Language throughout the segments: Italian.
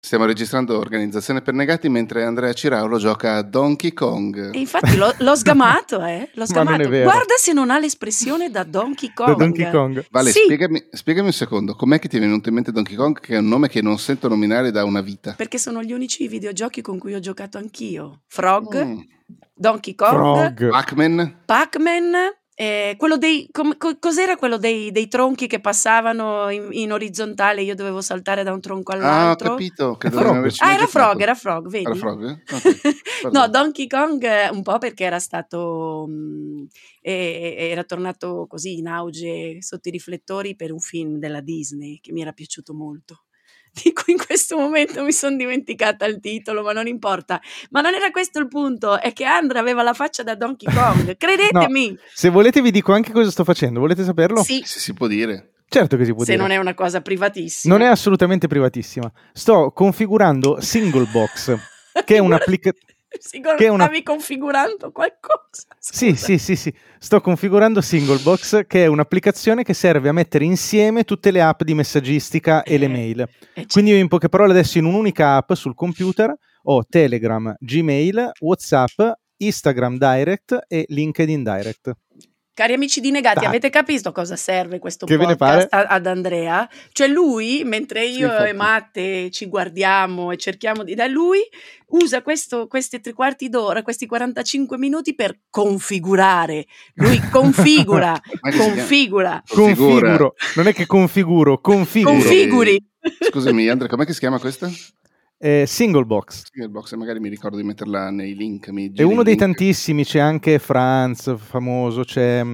Stiamo registrando Organizzazione per Negati mentre Andrea Ciraulo gioca a Donkey Kong. E infatti l'ho sgamato, L'ho Ma non sgamato. è vero. Guarda se non ha l'espressione da Donkey Kong. Da Donkey Kong. Vale, Sì, spiegami un secondo, com'è che ti è venuto in mente Donkey Kong, che è un nome che non sento nominare da una vita? perché sono gli unici videogiochi con cui ho giocato anch'io. Frog, Mm. Donkey Kong, Frog. Pac-Man, quello cos'era quello dei tronchi che passavano in orizzontale, io dovevo saltare da un tronco Ah, ho all'altro. capito, credo Frog. di non averci mai Era giocato. Frog, vedi? Era Frog? Ok, No, pardon. Donkey Kong un po' perché era stato era tornato così in auge sotto i riflettori per un film della Disney che mi era piaciuto molto. Di cui in questo momento mi sono dimenticata il titolo, ma non importa. Ma non era questo il punto, è che Andrea aveva la faccia da Donkey Kong, credetemi. No, se volete vi dico anche cosa sto facendo, volete saperlo? Sì, Se si può dire. Certo che si può se dire. non è una cosa privatissima. Non è assolutamente privatissima. Sto configurando Singlebox, che è un'applicazione. Stavi configurando qualcosa? Sì. Sto configurando Singlebox, che è un'applicazione che serve a mettere insieme tutte le app di messaggistica e le mail. Quindi io in poche parole adesso in un'unica app sul computer ho Telegram, Gmail, WhatsApp, Instagram Direct e LinkedIn Direct. Cari amici di Negati, avete capito cosa serve questo Che ve ne podcast pare? ad Andrea? Cioè lui, mentre io infatti. e Matte ci guardiamo e cerchiamo di... lui usa questi 3/4 d'ora, questi 45 minuti per configurare. Lui configura, configura. Configuro. Non è che configuro, configuro. Configuri. Scusami Andrea, com'è che si chiama questa? Singlebox. Singlebox, magari mi ricordo di metterla nei link. È uno dei tantissimi, c'è anche Franz, famoso, c'è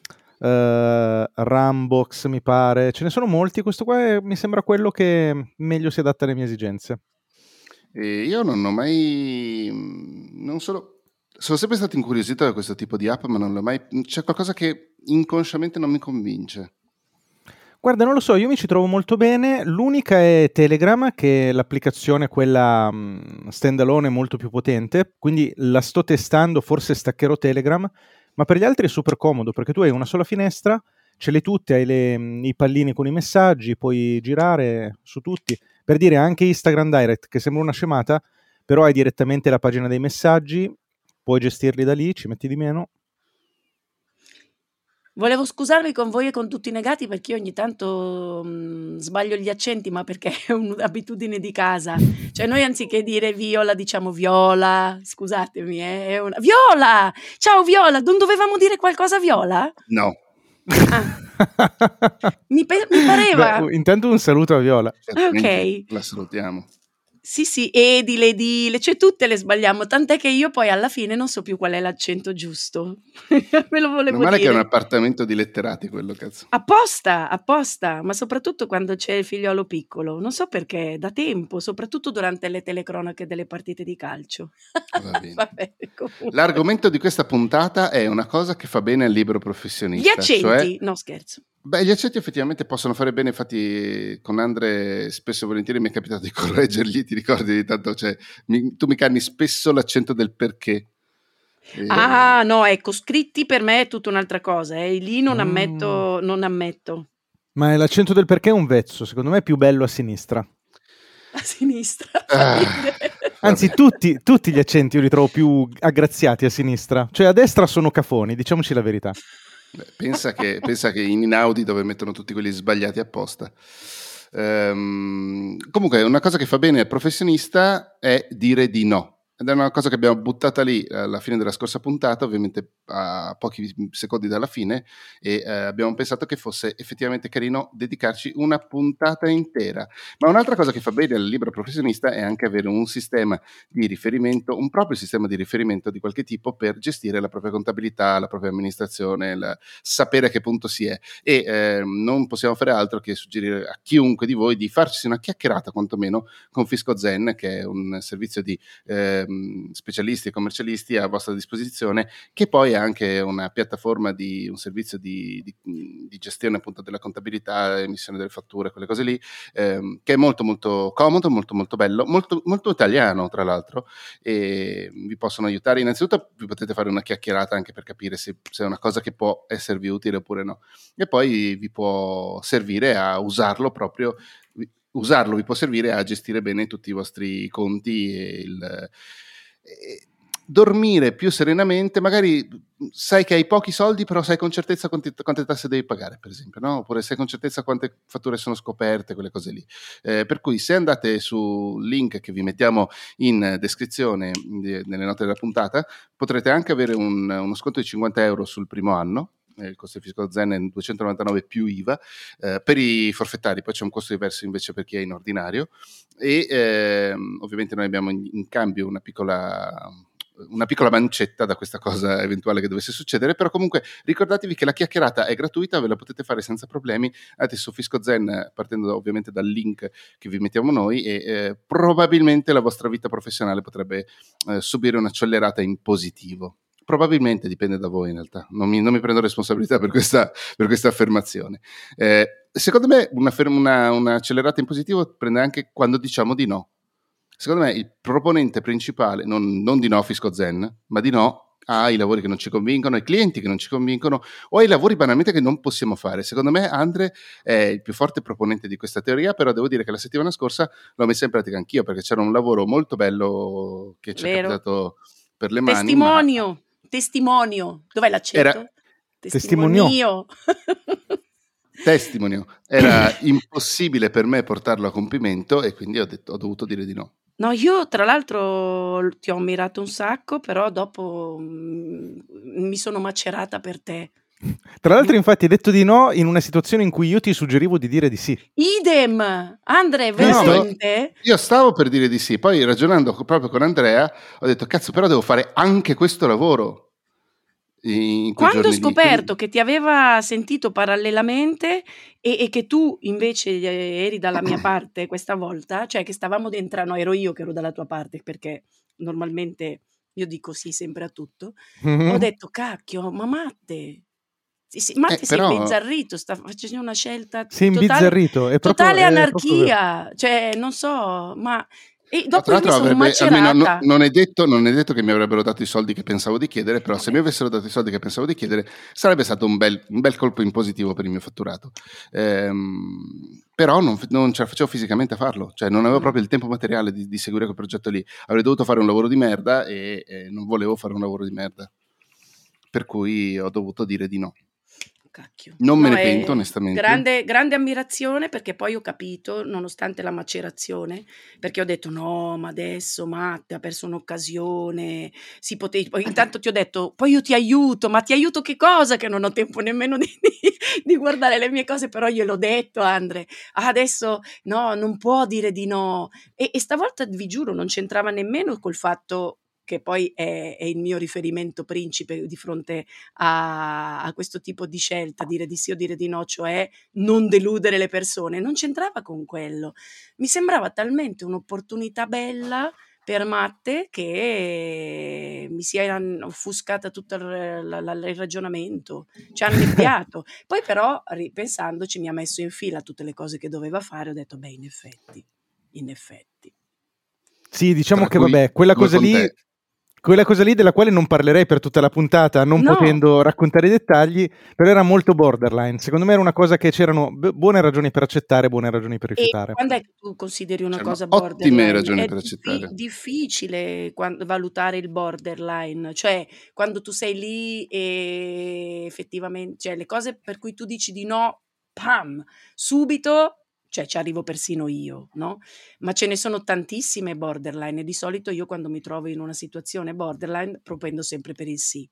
Rambox, mi pare, ce ne sono molti, questo qua mi sembra quello che meglio si adatta alle mie esigenze. Io non ho mai, sono sempre stato incuriosito da questo tipo di app, ma non l'ho mai, c'è qualcosa che inconsciamente non mi convince. Guarda, non lo so, io mi ci trovo molto bene. L'unica è Telegram, che è l'applicazione quella standalone molto più potente, quindi la sto testando, forse staccherò Telegram, ma per gli altri è super comodo, perché tu hai una sola finestra, ce le tutte, hai i pallini con i messaggi, puoi girare su tutti. Per dire, anche Instagram Direct, che sembra una scemata, però hai direttamente la pagina dei messaggi, puoi gestirli da lì, ci metti di meno. Volevo scusarmi con voi e con tutti i negati perché io ogni tanto sbaglio gli accenti, ma perché è un'abitudine di casa. Cioè noi anziché dire Viola diciamo Viola, scusatemi, è una... Viola! Ciao Viola, non dovevamo dire qualcosa Viola? No. Mi pareva... Beh, intanto un saluto a Viola. Ok. La salutiamo. Sì, edile, cioè tutte le sbagliamo, tant'è che io poi alla fine non so più qual è l'accento giusto. Me lo volevo Non male dire. che è un appartamento di letterati quello, cazzo. Apposta, ma soprattutto quando c'è il figliolo piccolo. Non so perché, da tempo, soprattutto durante le telecronache delle partite di calcio. Va bene. Vabbè, comunque. L'argomento di questa puntata è una cosa che fa bene al libero professionista. Gli accenti, cioè, no scherzo. Beh, gli accenti effettivamente possono fare bene, infatti con Andre spesso e volentieri mi è capitato di correggergli, ti ricordi? Tanto, cioè, tu mi canni spesso l'accento del perché. Ah, no, ecco, scritti per me è tutta un'altra cosa, lì non ammetto. Ma è l'accento del perché è un vezzo, secondo me è più bello a sinistra. A sinistra. Anzi, tutti gli accenti io li trovo più aggraziati a sinistra. Cioè a destra sono cafoni, diciamoci la verità. Beh, pensa che in Inaudi dove mettono tutti quelli sbagliati apposta. Comunque una cosa che fa bene al professionista è dire di no. Ed è una cosa che abbiamo buttata lì alla fine della scorsa puntata, ovviamente a pochi secondi dalla fine, e abbiamo pensato che fosse effettivamente carino dedicarci una puntata intera. Ma un'altra cosa che fa bene al libero professionista è anche avere un sistema di riferimento, un proprio sistema di riferimento di qualche tipo per gestire la propria contabilità, la propria amministrazione, sapere a che punto si è. E non possiamo fare altro che suggerire a chiunque di voi di farci una chiacchierata quantomeno con Fisco Zen, che è un servizio di specialisti e commercialisti a vostra disposizione, che poi è anche una piattaforma di un servizio di gestione appunto della contabilità, emissione delle fatture, quelle cose lì, che è molto molto comodo, molto molto bello, molto, molto italiano tra l'altro, e vi possono aiutare. Innanzitutto vi potete fare una chiacchierata anche per capire se è una cosa che può esservi utile oppure no, e poi vi può servire a usarlo proprio usarlo vi può servire a gestire bene tutti i vostri conti e dormire più serenamente. Magari sai che hai pochi soldi, però sai con certezza quante tasse devi pagare, per esempio, no? Oppure sai con certezza quante fatture sono scoperte, quelle cose lì. Per cui se andate sul link che vi mettiamo in descrizione nelle note della puntata, potrete anche avere uno sconto di 50 euro sul primo anno. Il costo di fisco Zen è 299 più IVA. Per i forfettari poi c'è un costo diverso invece per chi è in ordinario, e ovviamente noi abbiamo in cambio una piccola mancetta da questa cosa eventuale che dovesse succedere. Però comunque ricordatevi che la chiacchierata è gratuita, ve la potete fare senza problemi. Andate su Fisco Zen partendo ovviamente dal link che vi mettiamo noi, e probabilmente la vostra vita professionale potrebbe subire un'accelerata in positivo. Probabilmente, dipende da voi in realtà, non mi prendo responsabilità per questa affermazione. Secondo me un'accelerata in positivo prende anche quando diciamo di no. Secondo me il proponente principale, non di no a Fisco Zen, ma di no ai lavori che non ci convincono, ai clienti che non ci convincono, o ai lavori banalmente che non possiamo fare. Secondo me Andre è il più forte proponente di questa teoria, però devo dire che la settimana scorsa l'ho messa in pratica anch'io, perché c'era un lavoro molto bello che ci è capitato per le mani. Testimonio, dov'è l'accento? Testimonio. Testimonio. Era impossibile per me portarlo a compimento, e quindi ho dovuto dire di no. No, io tra l'altro ti ho ammirato un sacco, però dopo mi sono macerata per te. Tra l'altro, infatti, hai detto di no in una situazione in cui io ti suggerivo di dire di sì. Idem! Andre, veramente? Io stavo per dire di sì, poi ragionando proprio con Andrea ho detto cazzo, però devo fare anche questo lavoro. Quando ho scoperto che ti aveva sentito parallelamente e che tu invece eri dalla mia parte questa volta, cioè che stavamo dentro, no, ero io che ero dalla tua parte, perché normalmente io dico sì sempre a tutto, ho detto cacchio, ma Matte Matte si è imbizzarrito, sta facendo una scelta totale anarchia, cioè non so, ma... E dopo mi sono macerata. Non è detto che mi avrebbero dato i soldi che pensavo di chiedere, però se mi avessero dato i soldi che pensavo di chiedere sarebbe stato un bel colpo in positivo per il mio fatturato. Però non ce la facevo fisicamente a farlo, cioè non avevo proprio il tempo materiale di seguire quel progetto lì. Avrei dovuto fare un lavoro di merda e non volevo fare un lavoro di merda, per cui ho dovuto dire di no. Cacchio. Non me ne pento, onestamente. Grande ammirazione, perché poi ho capito, nonostante la macerazione, perché ho detto no, ma adesso Matte ha perso un'occasione, poi intanto ti ho detto poi io ti aiuto, ma ti aiuto che cosa, che non ho tempo nemmeno di guardare le mie cose, però gliel'ho detto Andre, adesso no, non può dire di no, e stavolta vi giuro non c'entrava nemmeno col fatto che poi è il mio riferimento principe di fronte a questo tipo di scelta, dire di sì o dire di no, cioè non deludere le persone, non c'entrava con quello. Mi sembrava talmente un'opportunità bella per Matte che mi si era offuscata tutto il ragionamento, ci ha annebbiato. Poi però, ripensandoci, mi ha messo in fila tutte le cose che doveva fare, ho detto, beh, in effetti. Sì, diciamo che vabbè, quella cosa lì della quale non parlerei per tutta la puntata, non potendo raccontare i dettagli, però era molto borderline. Secondo me era una cosa che c'erano buone ragioni per accettare, buone ragioni per rifiutare. E quando è che tu consideri una cosa borderline? Ottime ragioni per accettare. È difficile valutare il borderline, cioè quando tu sei lì e effettivamente, cioè le cose per cui tu dici di no, pam, subito... Cioè ci arrivo persino io, no? Ma ce ne sono tantissime borderline e di solito io quando mi trovo in una situazione borderline propendo sempre per il sì.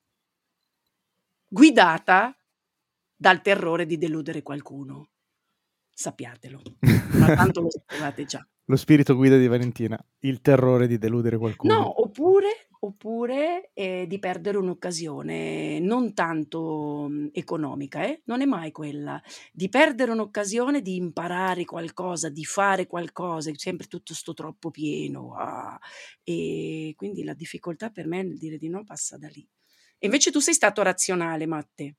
Guidata dal terrore di deludere qualcuno. Sappiatelo, ma tanto lo sapevate già. Lo spirito guida di Valentina, il terrore di deludere qualcuno. No, oppure di perdere un'occasione, non tanto economica, non è mai quella, di perdere un'occasione di imparare qualcosa, di fare qualcosa, è sempre tutto sto troppo pieno, e quindi la difficoltà per me nel dire di no passa da lì. E invece tu sei stato razionale, Matte.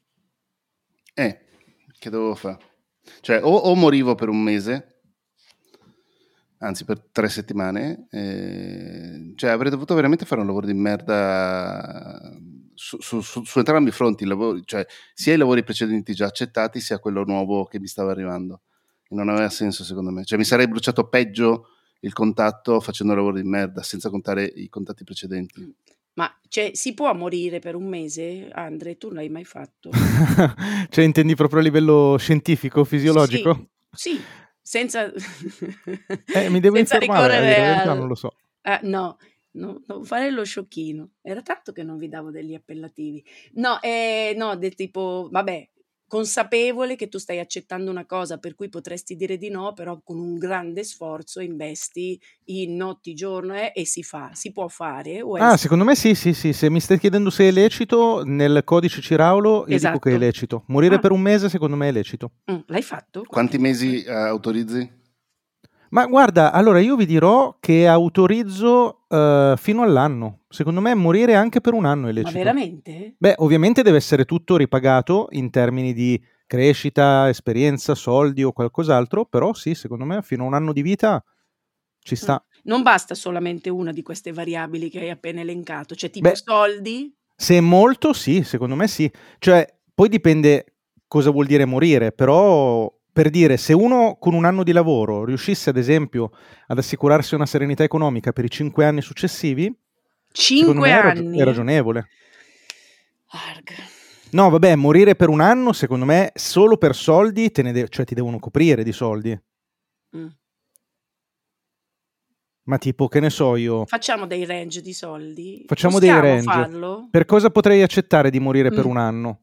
Che dovevo fare? Cioè o morivo per un mese, anzi per 3 settimane, cioè avrei dovuto veramente fare un lavoro di merda su entrambi i fronti, cioè sia i lavori precedenti già accettati sia quello nuovo che mi stava arrivando, e non aveva senso secondo me, cioè mi sarei bruciato peggio il contatto facendo lavoro di merda, senza contare i contatti precedenti. Ma cioè, si può morire per un mese, Andre? Tu non l'hai mai fatto? Cioè intendi proprio a livello scientifico, fisiologico? Sì, senza Mi devo senza informare, a dire ricorrere la verità al non lo so. no, non fare lo sciocchino. Era tanto che non vi davo degli appellativi. No, no, del tipo, vabbè, consapevole che tu stai accettando una cosa per cui potresti dire di no, però con un grande sforzo investi in notti, giorno e si può fare o è Secondo me sì, se mi stai chiedendo se è lecito, nel codice Ciraulo io dico che è esatto. lecito. Morire Ah. per un mese secondo me è lecito. L'hai fatto? Quanti mesi autorizzi? Ma guarda, allora io vi dirò che autorizzo fino all'anno. Secondo me morire anche per un anno è Ma lecito. veramente? Beh, ovviamente deve essere tutto ripagato in termini di crescita, esperienza, soldi o qualcos'altro, però sì, secondo me fino a un anno di vita ci sta. Non basta solamente una di queste variabili che hai appena elencato, cioè tipo Beh, soldi? se è molto, sì, secondo me sì. Cioè, poi dipende cosa vuol dire morire, però per dire, se uno con un anno di lavoro riuscisse ad esempio ad assicurarsi una serenità economica per i 5 anni successivi, secondo 5 me anni? è ragionevole. Arg. No, vabbè, morire per un anno, secondo me, solo per soldi, cioè ti devono coprire di soldi. Mm. Ma tipo, che ne so io, Facciamo dei range di soldi? facciamo dei Possiamo range. farlo? Per cosa potrei accettare di morire per un anno?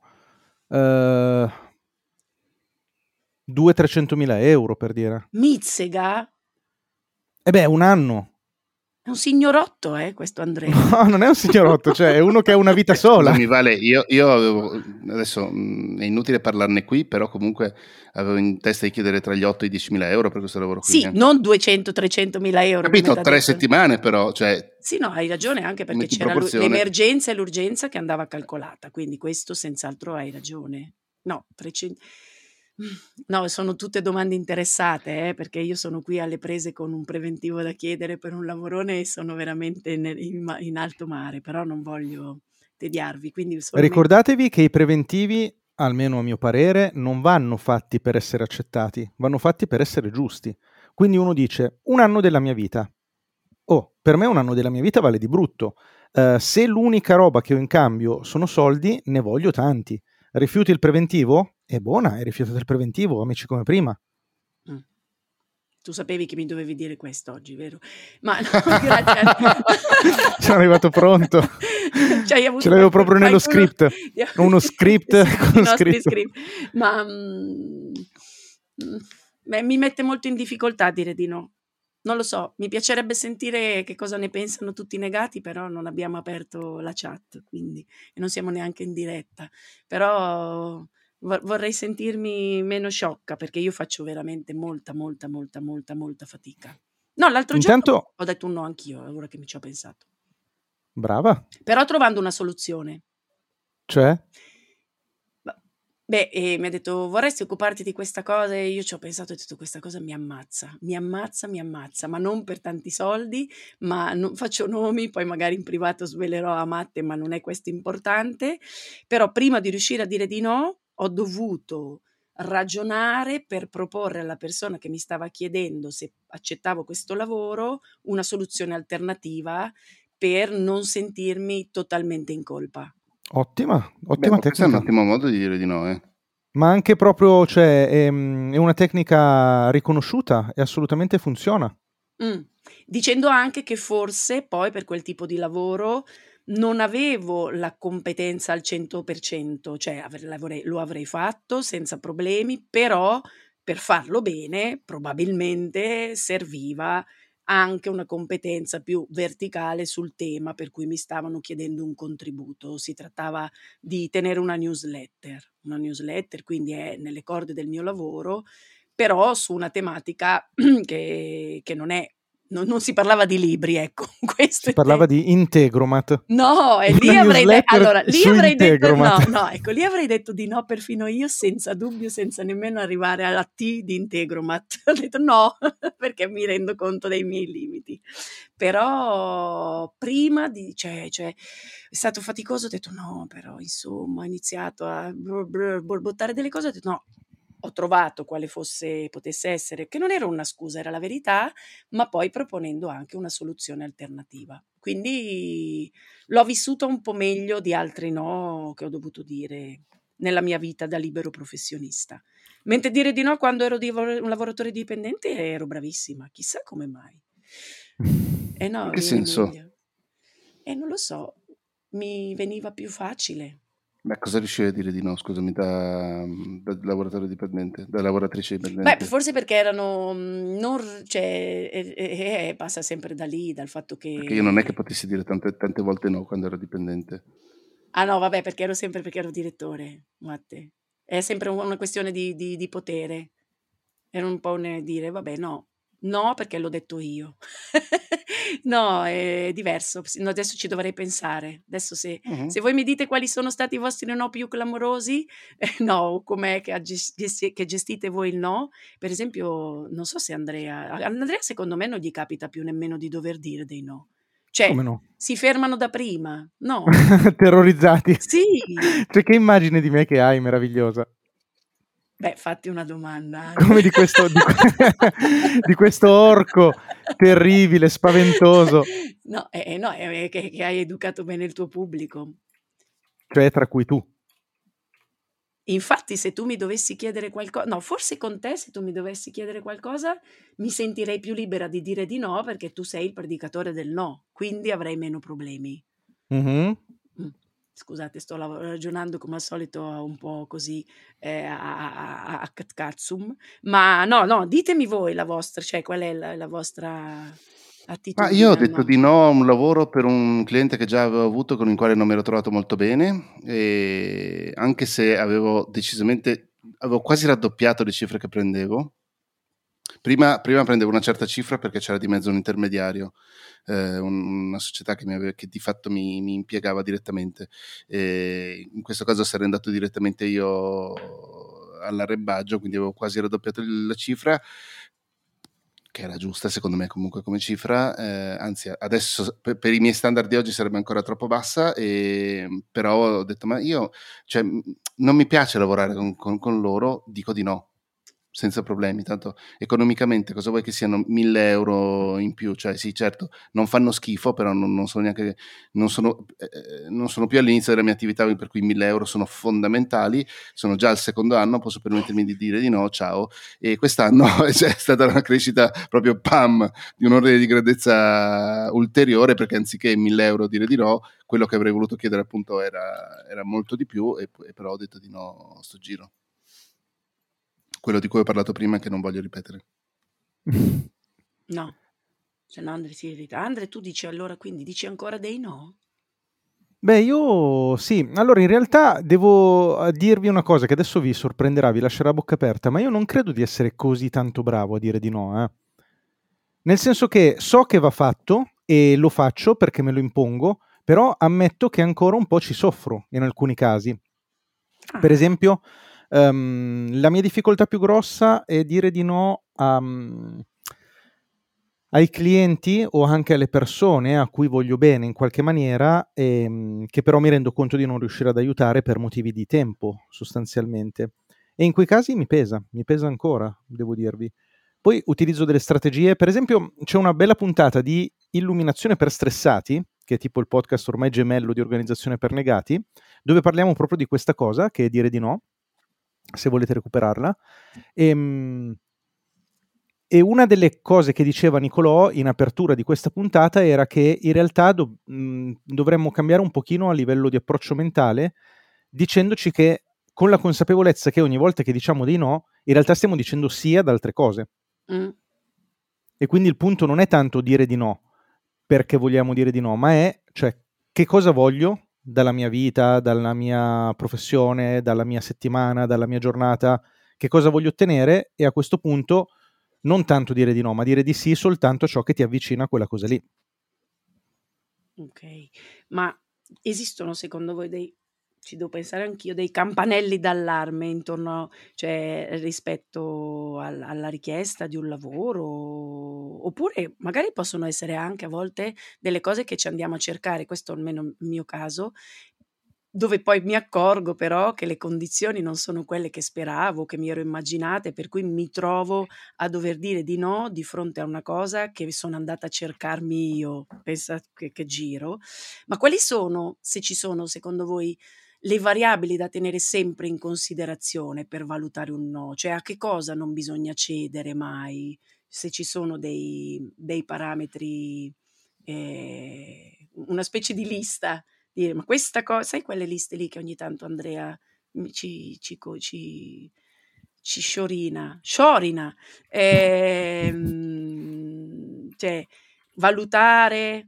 200-300 mila euro, per dire. Mizzega? E beh, un anno. È un signorotto, questo Andrea. No, non è un signorotto, cioè è uno che ha una vita sola. Scusami Vale, io avevo, adesso è inutile parlarne qui, però comunque avevo in testa di chiedere tra gli 8 e i 10.000 euro per questo lavoro qui. Sì, non 200-300 mila euro. Capito, come t'ha 3 detto. settimane però, cioè... Sì, no, hai ragione, anche perché metti in c'era proporzione. l'emergenza e l'urgenza che andava calcolata, quindi questo senz'altro hai ragione. No, 300... No, sono tutte domande interessate, perché io sono qui alle prese con un preventivo da chiedere per un lavorone e sono veramente in alto mare, però non voglio tediarvi. Quindi solamente... Ricordatevi che i preventivi, almeno a mio parere, non vanno fatti per essere accettati, vanno fatti per essere giusti. Quindi uno dice, un anno della mia vita. Oh, per me un anno della mia vita vale di brutto. Se l'unica roba che ho in cambio sono soldi, ne voglio tanti. Rifiuti il preventivo? È buona, hai rifiutato il preventivo, amici come prima. Tu sapevi che mi dovevi dire questo oggi, vero? Ma no, grazie. Sono arrivato pronto. Ce l'avevo proprio nello script. Uno script con scritto. Ma mi mette molto in difficoltà dire di no. Non lo so, mi piacerebbe sentire che cosa ne pensano tutti i negati, però non abbiamo aperto la chat, quindi, e non siamo neanche in diretta. Però vorrei sentirmi meno sciocca, perché io faccio veramente molta fatica. No, l'altro giorno ho detto un no anch'io, ora che mi ci ho pensato. Brava. Però trovando una soluzione. Cioè? Beh, mi ha detto, vorresti occuparti di questa cosa? E io ci ho pensato e ho detto, questa cosa mi ammazza, ma non per tanti soldi, ma non faccio nomi, poi magari in privato svelerò a Matte, ma non è questo importante. Però prima di riuscire a dire di no, ho dovuto ragionare per proporre alla persona che mi stava chiedendo se accettavo questo lavoro una soluzione alternativa per non sentirmi totalmente in colpa. Ottima Questo tecnica. è un ottimo modo di dire di no, Ma anche proprio, cioè, è una tecnica riconosciuta e assolutamente funziona. Dicendo anche che forse poi per quel tipo di lavoro non avevo la competenza al 100%, cioè lo avrei fatto senza problemi, però per farlo bene probabilmente serviva anche una competenza più verticale sul tema per cui mi stavano chiedendo un contributo. Si trattava di tenere una newsletter, quindi è nelle corde del mio lavoro, però su una tematica che non si parlava di libri, ecco. Si parlava di Integromat. No, e lì avrei detto di no perfino io, senza dubbio, senza nemmeno arrivare alla T di Integromat. Ho detto no, perché mi rendo conto dei miei limiti. Però prima cioè è stato faticoso, ho detto no, però insomma ho iniziato a borbottare delle cose, ho detto no, ho trovato quale potesse essere, che non era una scusa, era la verità, ma poi proponendo anche una soluzione alternativa. Quindi l'ho vissuta un po' meglio di altri no che ho dovuto dire nella mia vita da libero professionista. Mentre dire di no quando ero un lavoratore dipendente ero bravissima, chissà come mai. No, In che viene senso? meglio. Non lo so, mi veniva più facile. Beh, cosa riuscivi a dire di no, scusami, da lavoratore dipendente, da lavoratrice Beh, dipendente? forse perché erano non cioè, passa sempre da lì, dal fatto Perché io non è che che potessi dire tante volte no quando ero dipendente. ah no, vabbè, perché ero direttore, Matte. È sempre una questione di potere. Era un po' un dire: "Vabbè, no. No, perché l'ho detto io." No, è diverso. No, adesso ci dovrei pensare. Adesso Mhm. se voi mi dite quali sono stati i vostri no più clamorosi, no, o com'è che che gestite voi il no, per esempio, non so se Andrea secondo me non gli capita più nemmeno di dover dire dei no. Cioè, Come no? si fermano da prima, no? Terrorizzati. Sì. Cioè, che immagine di me che hai, meravigliosa. Beh, fatti una domanda, Andre. Come di questo, di questo orco terribile, spaventoso, No, no, che hai educato bene il tuo pubblico. cioè tra cui tu. Infatti se tu mi dovessi chiedere no, forse con te se tu mi dovessi chiedere qualcosa, mi sentirei più libera di dire di no, perché tu sei il predicatore del no, quindi avrei meno problemi. Mhm. Scusate, sto ragionando come al solito un po' così, a cazzum, ma no, ditemi voi la vostra, cioè qual è la vostra Ma io ho attitudine al detto no. di no a un lavoro per un cliente che già avevo avuto, con il quale non mi ero trovato molto bene, e anche se avevo quasi raddoppiato le cifre che prendevo. Prima prendevo una certa cifra perché c'era di mezzo un intermediario, una società che di fatto mi impiegava direttamente. In questo caso sarei andato direttamente io all'arrembaggio, quindi avevo quasi raddoppiato la cifra, che era giusta secondo me comunque come cifra, anzi adesso per i miei standard di oggi sarebbe ancora troppo bassa, però ho detto ma io, cioè, non mi piace lavorare con loro, dico di no senza problemi, tanto economicamente cosa vuoi che siano 1.000 euro in più, cioè sì certo non fanno schifo, però non sono neanche, non sono più all'inizio della mia attività, per cui 1.000 euro sono fondamentali, sono già al secondo anno, posso permettermi di dire di no, ciao, e quest'anno c'è stata una crescita proprio pam, di un ordine di grandezza ulteriore, perché anziché 1.000 euro dire di no, quello che avrei voluto chiedere appunto era molto di più, e però ho detto di no a sto giro. Quello di cui ho parlato prima e che non voglio ripetere. No, se no Andre si irrita. Andre, tu dici allora, quindi dici ancora dei no? Beh, io sì. Allora, in realtà devo dirvi una cosa che adesso vi sorprenderà, vi lascerà a bocca aperta, ma io non credo di essere così tanto bravo a dire di no, eh. Nel senso che so che va fatto e lo faccio perché me lo impongo, però ammetto che ancora un po' ci soffro in alcuni casi. Per Ah, esempio, la mia difficoltà più grossa è dire di no ai clienti o anche alle persone a cui voglio bene in qualche maniera, che però mi rendo conto di non riuscire ad aiutare per motivi di tempo, sostanzialmente. E in quei casi mi pesa ancora, devo dirvi. Poi utilizzo delle strategie, per esempio c'è una bella puntata di Illuminazione per stressati, che è tipo il podcast ormai gemello di Organizzazione per negati, dove parliamo proprio di questa cosa, che è dire di no, se volete recuperarla. E una delle cose che diceva Nicolò in apertura di questa puntata era che in realtà dovremmo cambiare un pochino a livello di approccio mentale, dicendoci che con la consapevolezza che ogni volta che diciamo dei no, in realtà stiamo dicendo sì ad altre cose. E quindi il punto non è tanto dire di no perché vogliamo dire di no, ma è cioè che cosa voglio dalla mia vita, dalla mia professione, dalla mia settimana, dalla mia giornata, che cosa voglio ottenere, e a questo punto non tanto dire di no, ma dire di sì soltanto a ciò che ti avvicina a quella cosa lì. Ok, ma esistono secondo voi ci devo pensare anch'io, dei campanelli d'allarme intorno, cioè rispetto alla richiesta di un lavoro, oppure magari possono essere anche a volte delle cose che ci andiamo a cercare, questo almeno il mio caso, dove poi mi accorgo però che le condizioni non sono quelle che speravo, che mi ero immaginate, per cui mi trovo a dover dire di no di fronte a una cosa che sono andata a cercarmi io. Pensa che giro. Ma quali sono, se ci sono secondo voi, le variabili da tenere sempre in considerazione per valutare un no? Cioè a che cosa non bisogna cedere mai? Se ci sono dei parametri, una specie di lista, dire ma questa cosa, sai quelle liste lì che ogni tanto Andrea ci sciorina, cioè valutare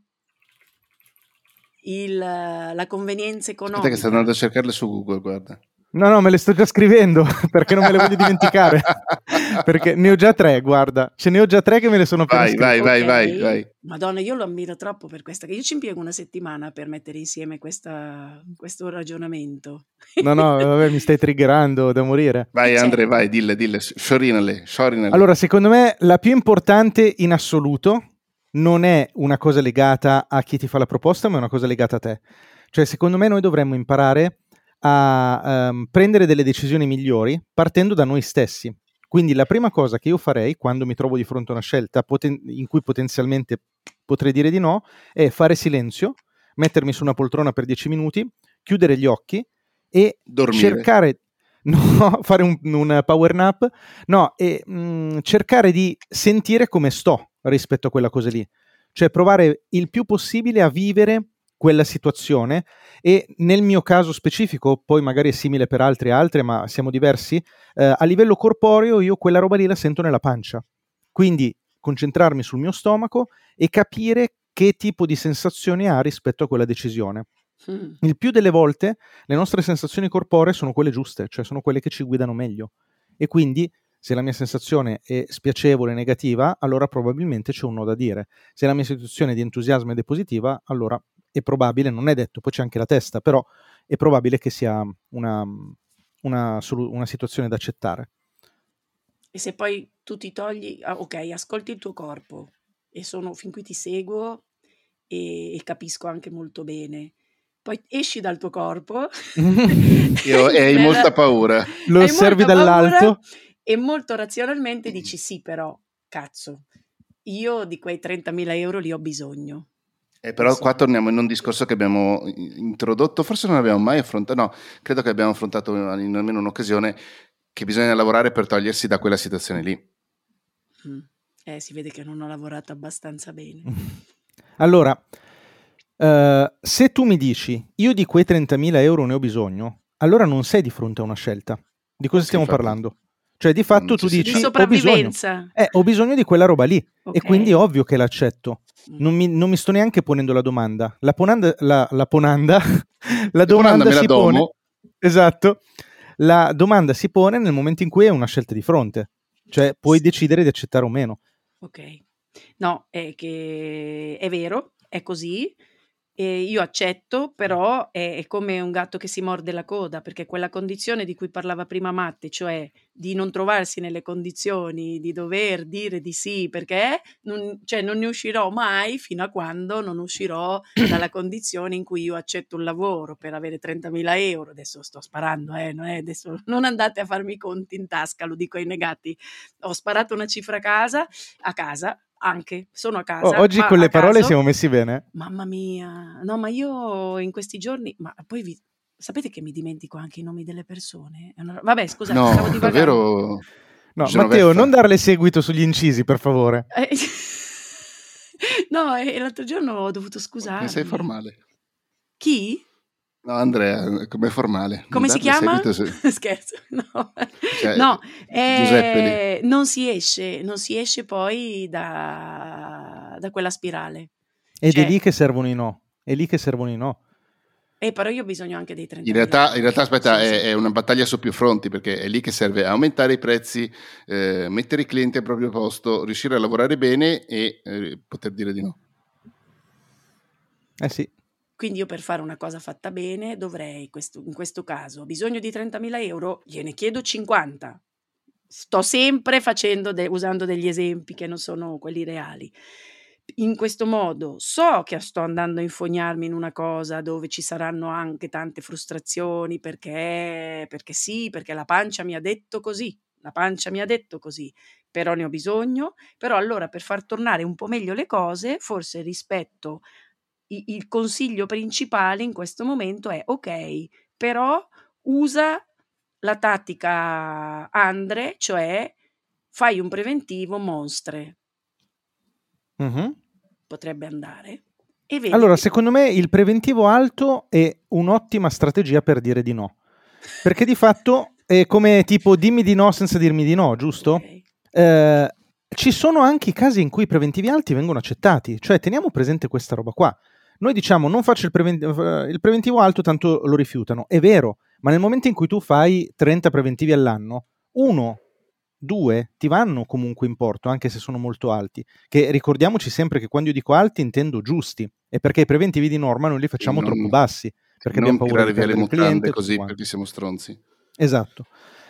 la convenienza Aspetta che sto andando a economica. cercarle su Google, guarda. No, me le sto già scrivendo perché non me le voglio dimenticare. Perché ne ho già 3, guarda. Ce ne ho già 3 che me le sono appena scritte. Vai. Madonna, io lo ammiro troppo per questa, che io ci impiego una settimana per mettere insieme questo ragionamento. No, vabbè, mi stai triggerando da morire. Vai Certo. Andre, vai, dille, sciorinale. Allora, secondo me la più importante in assoluto non è una cosa legata a chi ti fa la proposta, ma è una cosa legata a te. Cioè, secondo me noi dovremmo imparare a prendere delle decisioni migliori partendo da noi stessi. Quindi la prima cosa che io farei quando mi trovo di fronte a una scelta in cui potenzialmente potrei dire di no è fare silenzio, mettermi su una poltrona per 10 minuti, chiudere gli occhi e dormire. Cercare fare un power nap, e cercare di sentire come sto rispetto a quella cosa lì, cioè provare il più possibile a vivere quella situazione. E nel mio caso specifico, poi magari è simile per altre, ma siamo diversi, a livello corporeo io quella roba lì la sento nella pancia, quindi concentrarmi sul mio stomaco e capire che tipo di sensazioni ha rispetto a quella decisione. Il più delle volte le nostre sensazioni corporee sono quelle giuste, cioè sono quelle che ci guidano meglio, e quindi se la mia sensazione è spiacevole, negativa, allora probabilmente c'è un no da dire. Se la mia situazione di entusiasmo ed è positiva, allora è probabile, non è detto, poi c'è anche la testa, però è probabile che sia una situazione da accettare. E se poi tu ti togli, ok, ascolti il tuo corpo e fin qui ti seguo e capisco anche molto bene. Poi esci dal tuo corpo e hai molta paura. Lo osservi dall'alto e molto razionalmente dici sì, però cazzo, io di quei 30.000 euro li ho bisogno. Però qua torniamo in un discorso che abbiamo introdotto, forse non abbiamo mai affrontato, no, credo che abbiamo affrontato in almeno un'occasione, che bisogna lavorare per togliersi da quella situazione lì. Si vede che non ho lavorato abbastanza bene. Allora, se tu mi dici io di quei 30.000 euro ne ho bisogno, allora non sei di fronte a una scelta. Di cosa stiamo parlando? Cioè di fatto tu dici di sopravvivenza. Ho bisogno di quella roba lì, okay. E quindi è ovvio che l'accetto. Non mi sto neanche ponendo la domanda. La domanda si pone. Esatto. La domanda si pone nel momento in cui hai una scelta di fronte. Cioè puoi decidere di accettare o meno. Ok. No, è che è vero, è così. E io accetto, però è come un gatto che si morde la coda, perché quella condizione di cui parlava prima Matti, cioè di non trovarsi nelle condizioni di dover dire di sì, perché non ne uscirò mai fino a quando non uscirò dalla condizione in cui io accetto un lavoro per avere 30.000 euro. Adesso sto sparando, adesso non andate a farmi i conti in tasca, lo dico ai negati. Ho sparato una cifra a casa. Anche, sono a casa. Oggi con le parole siamo messi bene. Mamma mia, no, ma io in questi giorni, ma poi sapete che mi dimentico anche i nomi delle persone? Vabbè, scusate, stavo divagando. Davvero? No, Matteo, non darle seguito sugli incisi, per favore. No, l'altro giorno ho dovuto scusarmi. Come sei formale? Chi? No, Andrea, come formale. Come si chiama? Scherzo. No, Giuseppe lì. Non si esce poi da quella spirale. Ed è lì che servono i no. Però io ho bisogno anche dei 30.000. In realtà aspetta, è una battaglia su più fronti, perché è lì che serve aumentare i prezzi, mettere i clienti al proprio posto, riuscire a lavorare bene e poter dire di no. Sì. Quindi io per fare una cosa fatta bene dovrei, in questo caso, ho bisogno di 30.000 euro, gliene chiedo 50. Sto sempre usando degli esempi che non sono quelli reali. in questo modo so che sto andando a infognarmi in una cosa dove ci saranno anche tante frustrazioni perché sì, perché la pancia mi ha detto così, però ne ho bisogno. Però allora, per far tornare un po' meglio le cose, forse rispetto il consiglio principale in questo momento è: ok, però usa la tattica Andre, cioè fai un preventivo monstre. Potrebbe andare e vedi Allora, che... secondo me il preventivo alto è un'ottima strategia per dire di no, perché di fatto è come tipo dimmi di no senza dirmi di no, giusto? Okay. Ci sono anche i casi in cui i preventivi alti vengono accettati, cioè teniamo presente questa roba qua. Noi diciamo non faccio il preventivo alto, tanto lo rifiutano. È vero, ma nel momento in cui tu fai 30 preventivi all'anno, 1, 2 ti vanno comunque in porto, anche se sono molto alti. Che ricordiamoci sempre che quando io dico alti intendo giusti, e perché i preventivi di norma noi li facciamo troppo bassi, perché abbiamo paura di tirare via le perdere il mutande cliente. così perché siamo stronzi. Esatto.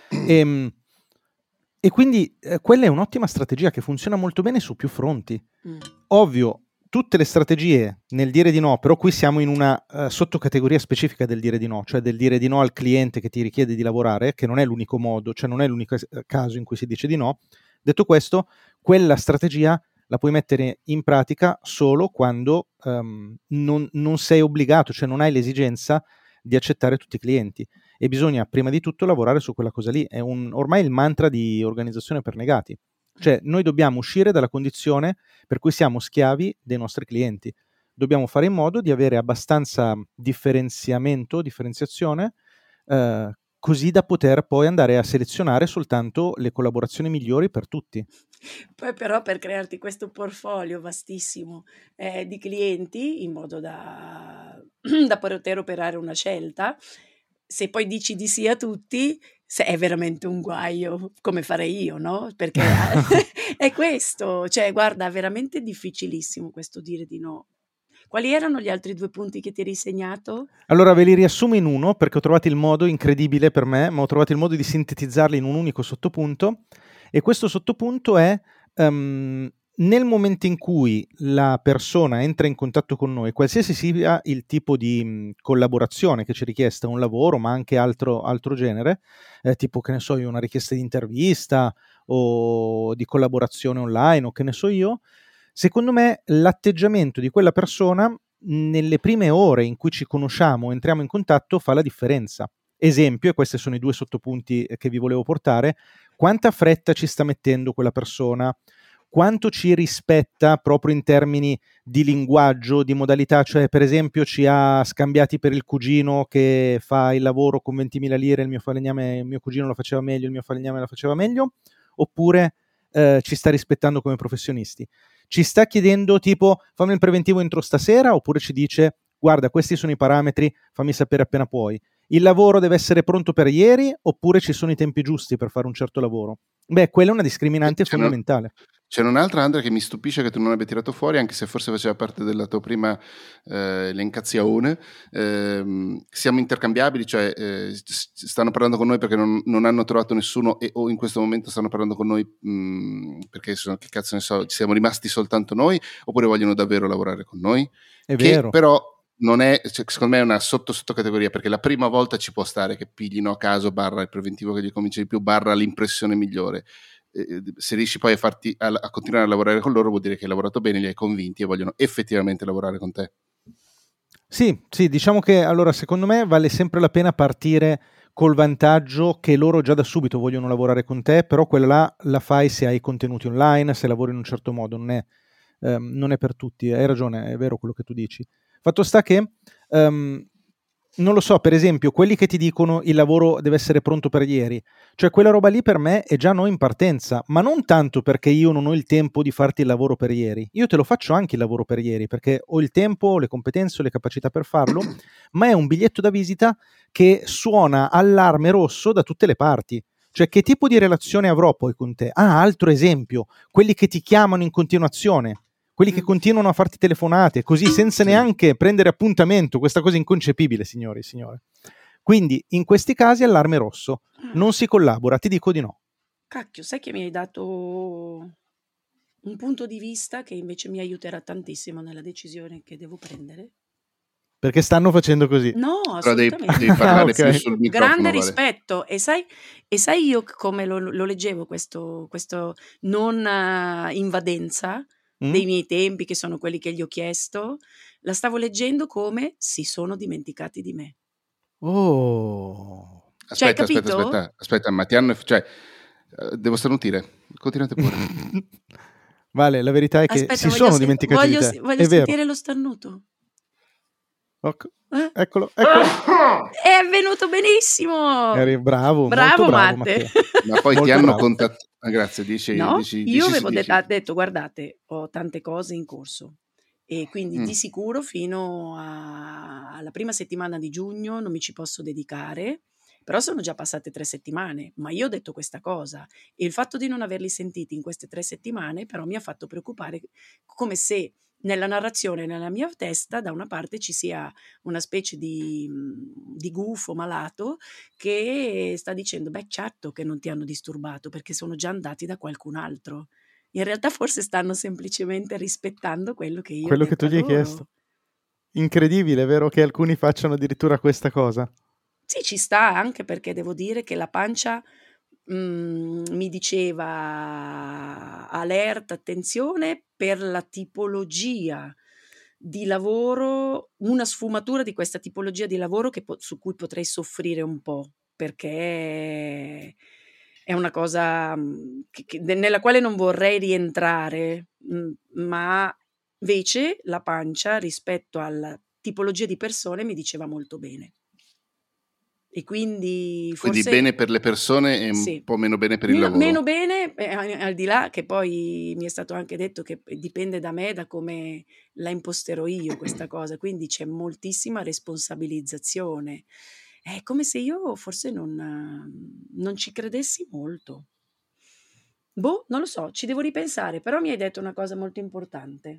E quindi quella è un'ottima strategia che funziona molto bene su più fronti. Ovvio, tutte le strategie nel dire di no, però qui siamo in una sottocategoria specifica del dire di no, cioè del dire di no al cliente che ti richiede di lavorare, che non è l'unico modo, cioè non è l'unico caso in cui si dice di no. Detto questo, quella strategia la puoi mettere in pratica solo quando non sei obbligato, cioè non hai l'esigenza di accettare tutti i clienti, e bisogna prima di tutto lavorare su quella cosa lì. È ormai il mantra di organizzazione per negati, cioè noi dobbiamo uscire dalla condizione per cui siamo schiavi dei nostri clienti, dobbiamo fare in modo di avere abbastanza differenziazione, così da poter poi andare a selezionare soltanto le collaborazioni migliori per tutti. Poi però per crearti questo portfolio vastissimo di clienti, in modo da poter operare una scelta, se poi dici di sì a tutti, è veramente un guaio, come farei io, no? Perché è questo, cioè guarda, veramente difficilissimo questo dire di no. Quali erano gli altri 2 punti che ti eri segnato? Allora ve li riassumo in uno, perché ho trovato il modo, incredibile per me, ma ho trovato il modo di sintetizzarli in un unico sottopunto, e questo sottopunto è nel momento in cui la persona entra in contatto con noi, qualsiasi sia il tipo di collaborazione che ci è richiesta, un lavoro, ma anche altro genere, tipo, che ne so io, una richiesta di intervista o di collaborazione online o che ne so io, secondo me l'atteggiamento di quella persona nelle prime ore in cui ci conosciamo, entriamo in contatto, fa la differenza. Esempio, e questi sono i 2 sottopunti che vi volevo portare: quanta fretta ci sta mettendo quella persona, quanto ci rispetta proprio in termini di linguaggio, di modalità, cioè per esempio ci ha scambiati per il cugino che fa il lavoro con 20.000 lire, il mio cugino lo faceva meglio, il mio falegname lo faceva meglio, oppure ci sta rispettando come professionisti. Ci sta chiedendo tipo fammi il preventivo entro stasera, oppure ci dice guarda questi sono i parametri, fammi sapere appena puoi. Il lavoro deve essere pronto per ieri, oppure ci sono i tempi giusti per fare un certo lavoro? Beh, quella è una discriminante fondamentale. C'è un'altra, Andrea, che mi stupisce che tu non abbia tirato fuori, anche se forse faceva parte della tua prima elencazione. Siamo intercambiabili, cioè stanno parlando con noi perché non hanno trovato nessuno, o in questo momento stanno parlando con noi perché che cazzo ne so, siamo rimasti soltanto noi, oppure vogliono davvero lavorare con noi? È che vero. Però non è, cioè, secondo me è una sottocategoria, perché la prima volta ci può stare che piglino a caso, barra il preventivo che gli convince di più, barra l'impressione migliore. Se riesci poi a continuare a lavorare con loro, vuol dire che hai lavorato bene, li hai convinti e vogliono effettivamente lavorare con te. Sì, diciamo che allora secondo me vale sempre la pena partire col vantaggio che loro già da subito vogliono lavorare con te, però quella là la fai se hai contenuti online, se lavori in un certo modo, non è per tutti. Hai ragione, è vero quello che tu dici. Fatto sta che non lo so, per esempio, quelli che ti dicono il lavoro deve essere pronto per ieri, cioè quella roba lì per me è già no in partenza, ma non tanto perché io non ho il tempo di farti il lavoro per ieri. Io te lo faccio anche il lavoro per ieri, perché ho il tempo, le competenze, le capacità per farlo, ma è un biglietto da visita che suona allarme rosso da tutte le parti. Cioè, che tipo di relazione avrò poi con te? Ah, altro esempio, quelli che ti chiamano in continuazione, quelli che continuano a farti telefonate, così senza neanche prendere appuntamento. Questa cosa è inconcepibile, signori e signore. Quindi, in questi casi, allarme rosso. Non si collabora, ti dico di no. Cacchio, sai che mi hai dato un punto di vista che invece mi aiuterà tantissimo nella decisione che devo prendere. Perché stanno facendo così. No, Però devi assolutamente. parlare Ok. più sul Grande microfono, Vale. rispetto. E sai io come lo leggevo questo non invadenza Mm? dei miei tempi, che sono quelli che gli ho chiesto, la stavo leggendo come si sono dimenticati di me. Oh. Cioè, Aspetta, capito? ma ti hanno... Cioè, devo starnutire. Continuate pure. Vale, la verità è che Aspetta, si sono dimenticati di te. voglio È vero. sentire lo starnuto. Eccolo, eccolo. È venuto benissimo. Eri bravo, Bravo, molto bravo, Matte. Matteo. Ma poi ti Molto hanno bravo. contattato... grazie, No, io avevo dici. detto, guardate, ho tante cose in corso e quindi di sicuro fino alla prima settimana di giugno non mi ci posso dedicare, però sono già passate 3 settimane, ma io ho detto questa cosa e il fatto di non averli sentiti in queste 3 settimane però mi ha fatto preoccupare, come se nella narrazione, nella mia testa, da una parte ci sia una specie di gufo malato che sta dicendo: beh, certo che non ti hanno disturbato perché sono già andati da qualcun altro. In realtà forse stanno semplicemente rispettando quello che io ho Quello che tu detto a gli hai loro. chiesto. Incredibile, vero che alcuni facciano addirittura questa cosa? Sì, ci sta, anche perché devo dire che la pancia mi diceva allerta, attenzione per la tipologia di lavoro, una sfumatura di questa tipologia di lavoro su cui potrei soffrire un po', perché è una cosa nella quale non vorrei rientrare, ma invece la pancia rispetto alla tipologia di persone mi diceva molto bene. E quindi Quindi forse bene per le persone e un sì. po' meno bene per il lavoro. Meno bene, al di là che poi mi è stato anche detto che dipende da me, da come la imposterò io questa cosa, quindi c'è moltissima responsabilizzazione. È come se io forse non ci credessi molto. Boh, non lo so, ci devo ripensare, però mi hai detto una cosa molto importante.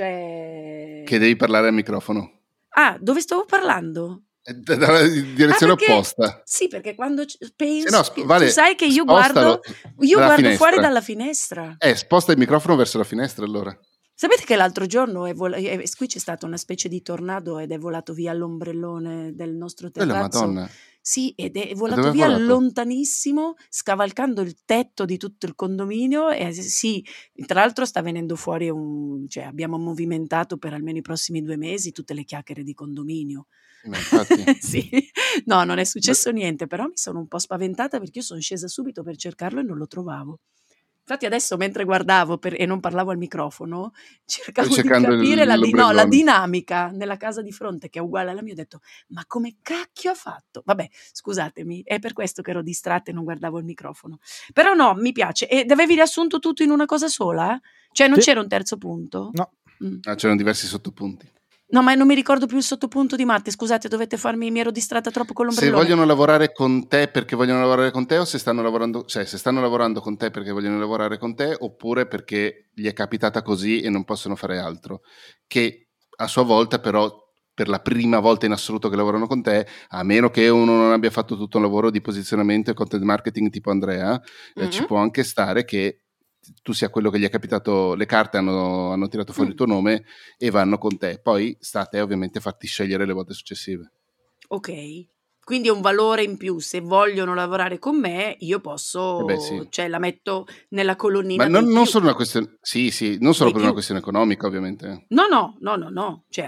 Che Cioè devi parlare al microfono. Ah, dove stavo parlando? Dalla direzione opposta. Sì, perché quando Se penso, no, tu Vale, sai che io spostalo dalla guardo fuori finestra. dalla finestra. Sposta il microfono verso la finestra allora. Sapete che l'altro giorno qui c'è stata una specie di tornado ed è volato via l'ombrellone del nostro Quella terrazzo. Madonna. Sì, ed è E volato dove è via volato? lontanissimo, scavalcando il tetto di tutto il condominio e sì, tra l'altro sta venendo fuori cioè abbiamo movimentato per almeno i prossimi 2 mesi tutte le chiacchiere di condominio. Ma infatti. Sì, no, non è successo niente, però mi sono un po' spaventata perché io son scesa subito per cercarlo e non lo trovavo. Infatti adesso mentre guardavo e non parlavo al microfono, cercavo di cercando capire la l'ombrellone. dinamica nella casa di fronte che è uguale alla mia, ho detto: "Ma come cacchio ha fatto?" Vabbè, scusatemi, è per questo che ero distratta e non guardavo il microfono. Però no, mi piace. Ed avevi riassunto tutto in una cosa sola? Cioè non Sì. c'era un terzo punto? No. C'erano diversi sottopunti. No, ma non mi ricordo più il sottopunto di Matte, scusate, mi ero distratta troppo con Se l'ombrellone. vogliono lavorare con te perché vogliono lavorare con te o se stanno lavorando, cioè se stanno lavorando con te perché vogliono lavorare con te oppure perché gli è capitata così e non possono fare altro. Che a sua volta però per la prima volta in assoluto che lavorano con te, a meno che uno non abbia fatto tutto un lavoro di posizionamento e content marketing tipo Andrea, ci può anche stare che tu sia quello che gli è capitato, le carte hanno tirato fuori il tuo nome e vanno con te. Poi sta a te ovviamente farti scegliere le volte successive. Ok, quindi è un valore in più. Se vogliono lavorare con me, io posso, Beh, sì. cioè la metto nella colonnina Ma dei non più. solo una questione, sì, non solo Dei per una più. questione economica, ovviamente. No, cioè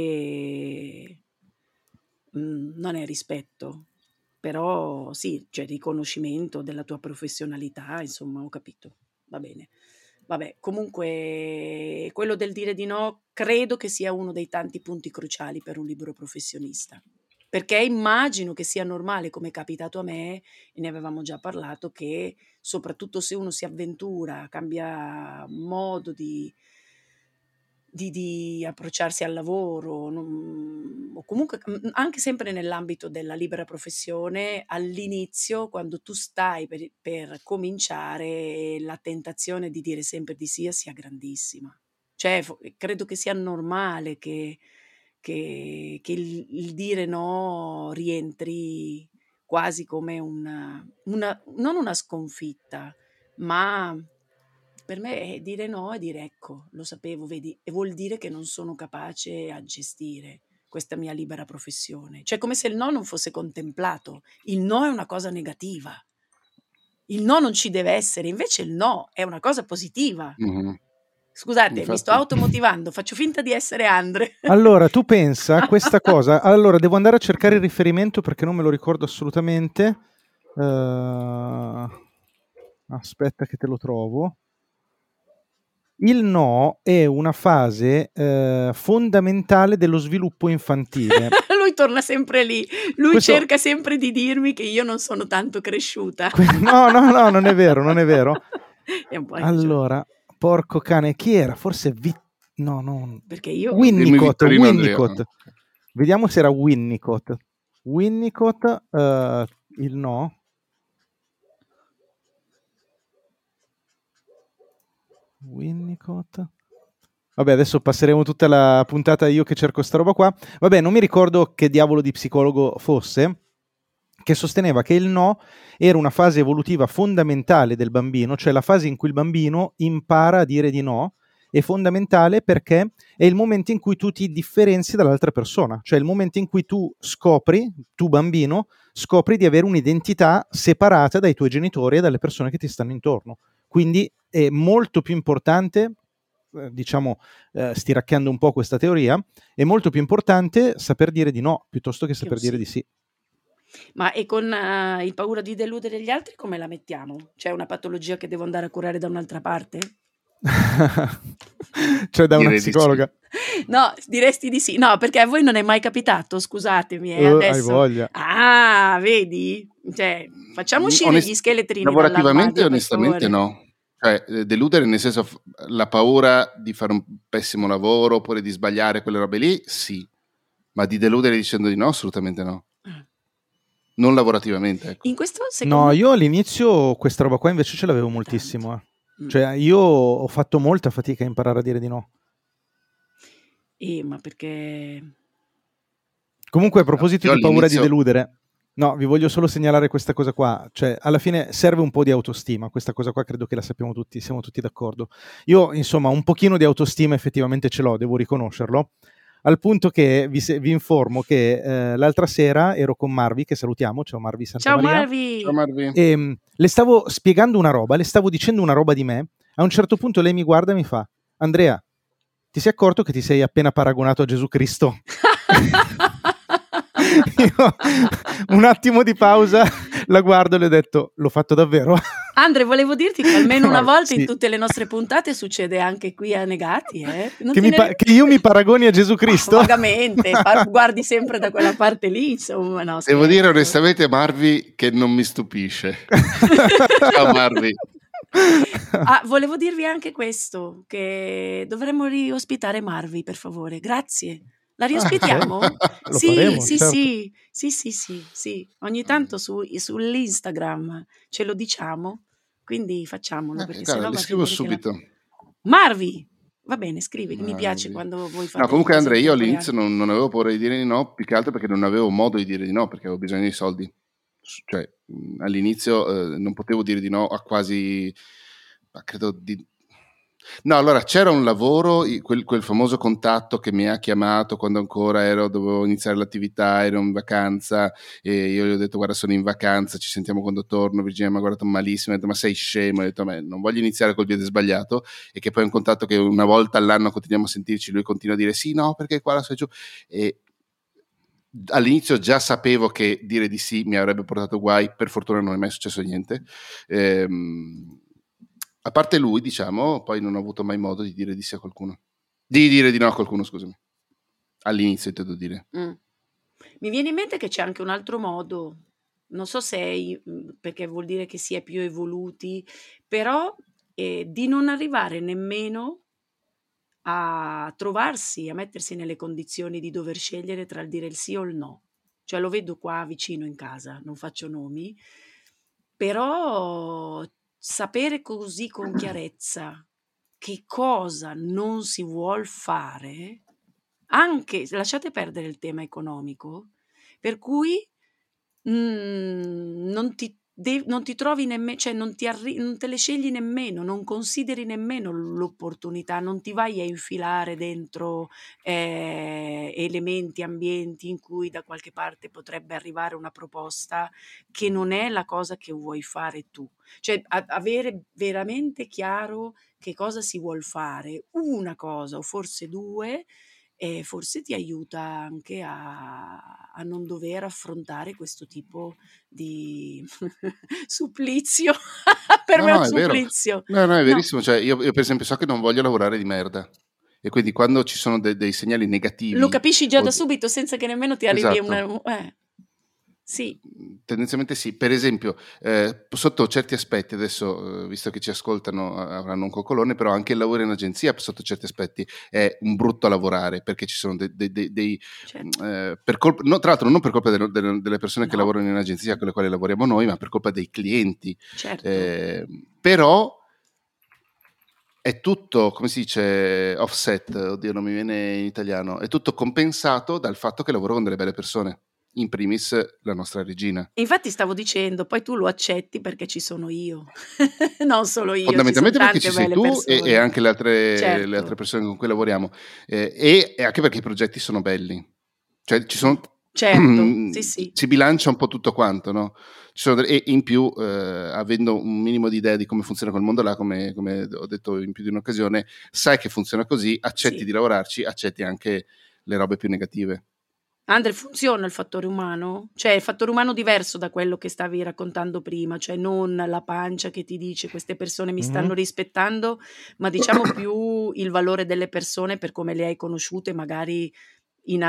anche non è rispetto, però sì, c'è riconoscimento della tua professionalità, insomma, ho capito. Va bene. Vabbè, comunque quello del dire di no credo che sia uno dei tanti punti cruciali per un libero professionista. Perché immagino che sia normale, come è capitato a me, e ne avevamo già parlato, che soprattutto se uno si avventura, cambia modo di approcciarsi al lavoro, o comunque anche sempre nell'ambito della libera professione, all'inizio, quando tu stai per cominciare, la tentazione di dire sempre di sì sia grandissima. Cioè, credo che sia normale che il dire no rientri quasi come non una sconfitta, ma per me dire no è dire ecco, lo sapevo, vedi, e vuol dire che non sono capace a gestire questa mia libera professione. Cioè come se il no non fosse contemplato. Il no è una cosa negativa. Il no non ci deve essere, invece il no è una cosa positiva. Mhm. Scusate, mi sto Infatti. automotivando, faccio finta di essere Andre. Allora, tu pensa a questa cosa. Allora, devo andare a cercare il riferimento perché non me lo ricordo assolutamente. Aspetta che te lo trovo. Il no è una fase fondamentale dello sviluppo infantile. Lui torna sempre lì, lui Questo- cerca sempre di dirmi che io non sono tanto cresciuta. No, non è vero, non è vero. È un po' hai ragione. Allora, porco cane, chi era? Forse no. Perché io Winnicott, Vittorino Andrea. Winnicott. Vediamo se era Winnicott. Winnicott, il no. Winnicott. Vabbè, adesso passeremo tutta la puntata io che cerco sta roba qua. Vabbè, non mi ricordo che diavolo di psicologo fosse, che sosteneva che il no era una fase evolutiva fondamentale del bambino, cioè la fase in cui il bambino impara a dire di no, è fondamentale perché è il momento in cui tu ti differenzi dall'altra persona, cioè il momento in cui tu bambino, scopri di avere un'identità separata dai tuoi genitori e dalle persone che ti stanno intorno. Quindi è molto più importante, stiracchiando un po' questa teoria, è molto più importante saper dire di no piuttosto che saper dire di sì. Ma e con il paura di deludere gli altri come la mettiamo? C'è una patologia che devo andare a curare da un'altra parte? Cioè da una Direi di psicologa? No, diresti di sì. No, perché a voi non è mai capitato, scusatemi, Hai adesso. voglia. Ah, vedi? Cioè, facciamo uscire gli scheletrini lavorativamente dall'armadio, per onestamente favore. no. Cioè, deludere nel senso la paura di fare un pessimo lavoro oppure di sbagliare quelle robe lì, sì. Ma di deludere dicendo di no, assolutamente no. Non lavorativamente, ecco. In questo secondo No, io all'inizio questa roba qua invece ce l'avevo moltissimo. Cioè io ho fatto molta fatica a imparare a dire di no. ma perché... Comunque a proposito Io di paura di all'inizio- deludere, no, vi voglio solo segnalare questa cosa qua. Cioè alla fine serve un po' di autostima, questa cosa qua credo che la sappiamo tutti, siamo tutti d'accordo. Io insomma un pochino di autostima effettivamente ce l'ho, devo riconoscerlo. Al punto che vi informo che l'altra sera ero con Marvi, che salutiamo, ciao Marvi Santamaria. Ciao Marvi! E le stavo spiegando una roba, le stavo dicendo una roba di me. A un certo punto lei mi guarda e mi fa: Andrea, ti sei accorto che ti sei appena paragonato a Gesù Cristo? Io, un attimo di pausa, la guardo e le ho detto: l'ho fatto davvero? Andre, volevo dirti che almeno una volta Sì. in tutte le nostre puntate succede anche qui a Negati, Non Che, te ne- che io mi paragoni a Gesù Cristo? Vagamente, guardi sempre da quella parte lì, insomma. No, Devo scherzo. dire onestamente, Marvi, che non mi stupisce. Ciao Marvi. Volevo dirvi anche questo, che dovremmo riospitare Marvi, per favore. Grazie. La riospitiamo? Lo Sì, faremo, sì, certo. sì. Ogni tanto sull'Instagram ce lo diciamo, quindi facciamolo, perché Guarda, sennò le va a scrivo finire che subito. Marvi! Va bene, scrivi, mi Marvi. piace quando voi fate No, comunque cose Andrea, io intemporanee. all'inizio non avevo paura di dire di no, più che altro perché non avevo modo di dire di no, perché avevo bisogno di soldi. Cioè, all'inizio non potevo dire di no a quasi... credo di... No, allora c'era un lavoro, quel famoso contatto che mi ha chiamato quando ancora dovevo iniziare l'attività, ero in vacanza e io gli ho detto: guarda, sono in vacanza, ci sentiamo quando torno. Virginia mi ha guardato malissimo, ha detto: ma sei scemo? Ho detto: non voglio iniziare col piede sbagliato. E che poi è un contatto che una volta all'anno continuiamo a sentirci, lui continua a dire sì, no, perché qua la sei giù. E all'inizio già sapevo che dire di sì mi avrebbe portato guai, per fortuna non è mai successo niente. A parte lui, diciamo, poi non ho avuto mai modo di dire di sì a qualcuno. Di dire di no a qualcuno, scusami. All'inizio intendo dire. Mi viene in mente che c'è anche un altro modo, non so se perché vuol dire che si è più evoluti, però di non arrivare nemmeno a trovarsi, a mettersi nelle condizioni di dover scegliere tra il dire il sì o il no. Cioè lo vedo qua vicino in casa, non faccio nomi, però sapere così con chiarezza che cosa non si vuol fare, anche lasciate perdere il tema economico, per cui non ti non ti trovi nemmeno, cioè non te le scegli nemmeno, non consideri nemmeno l'opportunità, non ti vai a infilare dentro elementi, ambienti in cui da qualche parte potrebbe arrivare una proposta che non è la cosa che vuoi fare tu. Cioè avere veramente chiaro che cosa si vuol fare, una cosa o forse due, e forse ti aiuta anche a non dover affrontare questo tipo di supplizio. Per No, me è un no, è vero. supplizio. No, no, è No, verissimo. Cioè, io per esempio so che non voglio lavorare di merda. E quindi quando ci sono dei segnali lo negativi, capisci già o da subito senza che nemmeno ti arrivi a esatto, sì, tendenzialmente sì. Per esempio, sotto certi aspetti, adesso, visto che ci ascoltano, avranno un coccolone, però anche il lavoro in agenzia, sotto certi aspetti, è un brutto lavorare, perché ci sono dei certo. no, tra l'altro non per colpa delle persone che No, lavorano in agenzia con le quali lavoriamo noi, ma per colpa dei clienti. certo. Però è tutto, come si dice, offset, oddio non mi viene in italiano, è tutto compensato dal fatto che lavoro con delle belle persone, in primis la nostra regina. Infatti stavo dicendo, poi tu lo accetti perché ci sono io, non solo io, ci son Fondamentalmente perché ci tante sei belle tu e persone. anche le altre Certo. persone con cui lavoriamo, e anche perché i progetti sono belli. Cioè ci sono Certo, sì, sì. si bilancia un po' tutto quanto, no? E in più, avendo un minimo di idea di come funziona quel mondo là, come ho detto in più di un'occasione, sai che funziona così, accetti Sì. di lavorarci, accetti anche le robe più negative. Andre, funziona il fattore umano? Cioè il fattore umano diverso da quello che stavi raccontando prima, cioè non la pancia che ti dice queste persone mi stanno rispettando, ma diciamo più il valore delle persone per come le hai conosciute, magari in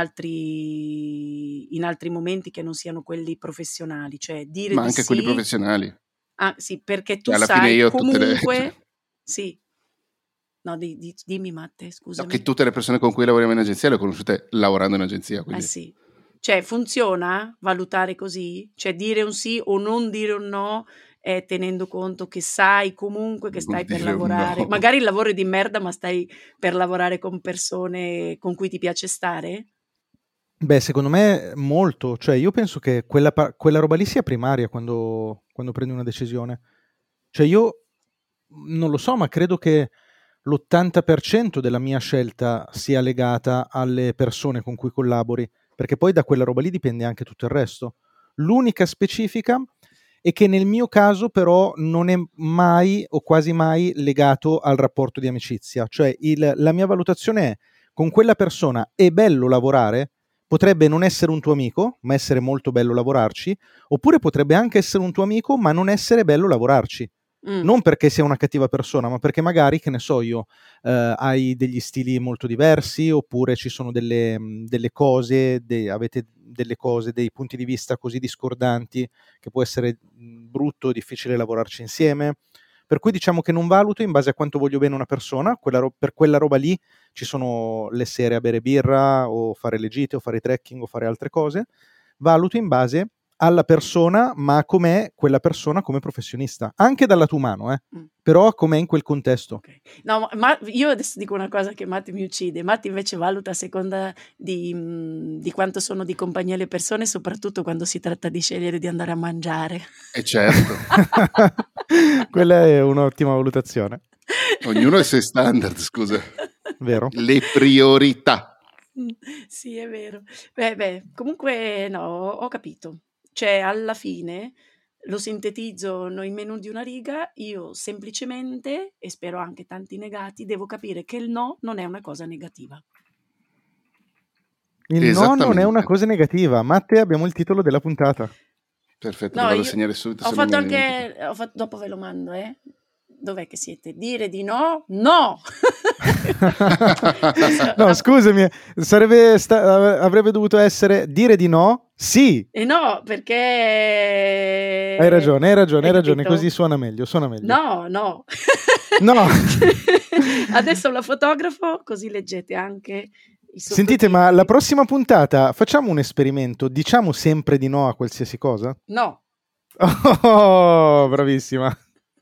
altri momenti che non siano quelli professionali, cioè dire Ma di anche quelli sì, professionali. sì, perché tu Cioè, alla fine sai io comunque, sì, no, dimmi Matte, no, che scusami. tutte le persone con cui lavoriamo in agenzia le ho conosciute lavorando in agenzia, quindi Sì. Cioè funziona valutare così? Cioè dire un sì o non dire un no, tenendo conto che sai comunque che non stai per dire un lavorare, no. magari il lavoro è di merda, ma stai per lavorare con persone con cui ti piace stare? Beh, secondo me molto, cioè io penso che quella roba lì sia primaria quando prendi una decisione. Cioè io non lo so, ma credo che l'80% della mia scelta sia legata alle persone con cui collabori, perché poi da quella roba lì dipende anche tutto il resto. L'unica specifica è che nel mio caso però non è mai o quasi mai legato al rapporto di amicizia, cioè la mia valutazione è: con quella persona è bello lavorare, potrebbe non essere un tuo amico, ma essere molto bello lavorarci, oppure potrebbe anche essere un tuo amico, ma non essere bello lavorarci. Non perché sia una cattiva persona, ma perché magari, che ne so io, hai degli stili molto diversi, oppure ci sono delle cose, avete delle cose, dei punti di vista così discordanti che può essere brutto o difficile lavorarci insieme. Per cui diciamo che non valuto in base a quanto voglio bene una persona, per quella roba lì ci sono le sere a bere birra, o fare le gite, o fare trekking, o fare altre cose. Valuto in base alla persona, ma com'è quella persona come professionista, anche dal lato umano, però com'è in quel contesto. Okay. No, ma io adesso dico una cosa che Matti mi uccide. Matti invece valuta a seconda di quanto sono di compagnia le persone, soprattutto quando si tratta di scegliere di andare a mangiare. Certo. Quella è un'ottima valutazione. Ognuno ha i suoi standard, scusa. Vero? Le priorità. Sì, è vero. Beh, comunque no, ho capito. Cioè, alla fine, lo sintetizzo in meno di una riga, io semplicemente, e spero anche tanti negati, devo capire che il no non è una cosa negativa. Il no non è una cosa negativa. Matte, abbiamo il titolo della puntata. Perfetto, No, lo vado a io segnare subito. ho fatto anche, dopo ve lo mando, Dov'è che siete? Dire di no? No! No, scusami, avrebbe dovuto essere dire di no? Sì! E no, perché... Hai ragione, capito? così suona meglio. No. No! Adesso la fotografo, così leggete anche i sottotitoli. Sentite, ma la prossima puntata facciamo un esperimento, diciamo sempre di no a qualsiasi cosa? No. Oh, bravissima.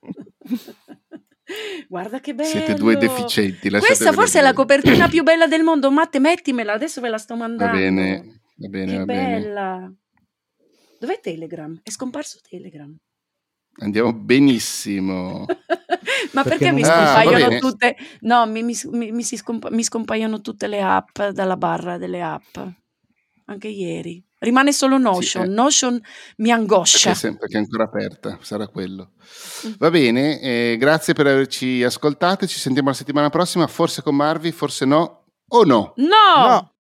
Guarda che bello. Siete due deficienti. Questa forse è la copertina più bella del mondo. Matte, mettimela, adesso ve la sto mandando. Va bene. Che bella. Dov'è Telegram? È scomparso Telegram. Andiamo benissimo. Ma perché mi non- va scompaiono bene. tutte? No, mi scompaiono tutte le app dalla barra delle app. Anche ieri. Rimane solo Sì, Notion. Notion mi angoscia. perché è ancora aperta, sarà quello. Va bene, grazie per averci ascoltato. Ci sentiamo la settimana prossima, forse con Marvi, forse no, o no. No! No!